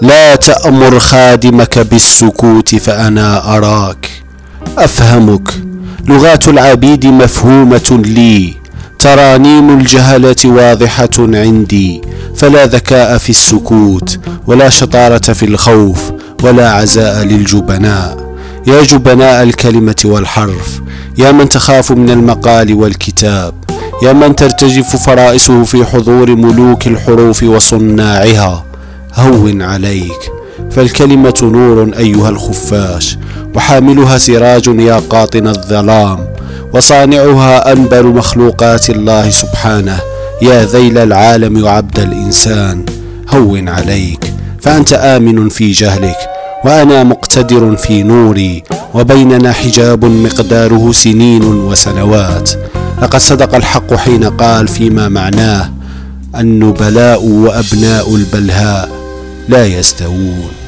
لا تأمر خادمك بالسكوت فأنا أراك أفهمك. لغات العبيد مفهومة لي، ترانيم الجهلة واضحة عندي، فلا ذكاء في السكوت، ولا شطارة في الخوف، ولا عزاء للجبناء. يا جبناء الكلمة والحرف، يا من تخاف من المقال والكتاب، يا من ترتجف فرائسه في حضور ملوك الحروف وصناعها، هون عليك، فالكلمة نور أيها الخفاش، وحاملها سراج يا قاطن الظلام، وصانعها أنبل مخلوقات الله سبحانه، يا ذيل العالم وعبد الإنسان، هون عليك، فأنت آمن في جهلك، وأنا مقتدر في نوري، وبيننا حجاب مقداره سنين وسنوات. لقد صدق الحق حين قال فيما معناه: النبلاء وأبناء البلهاء لا يستوون.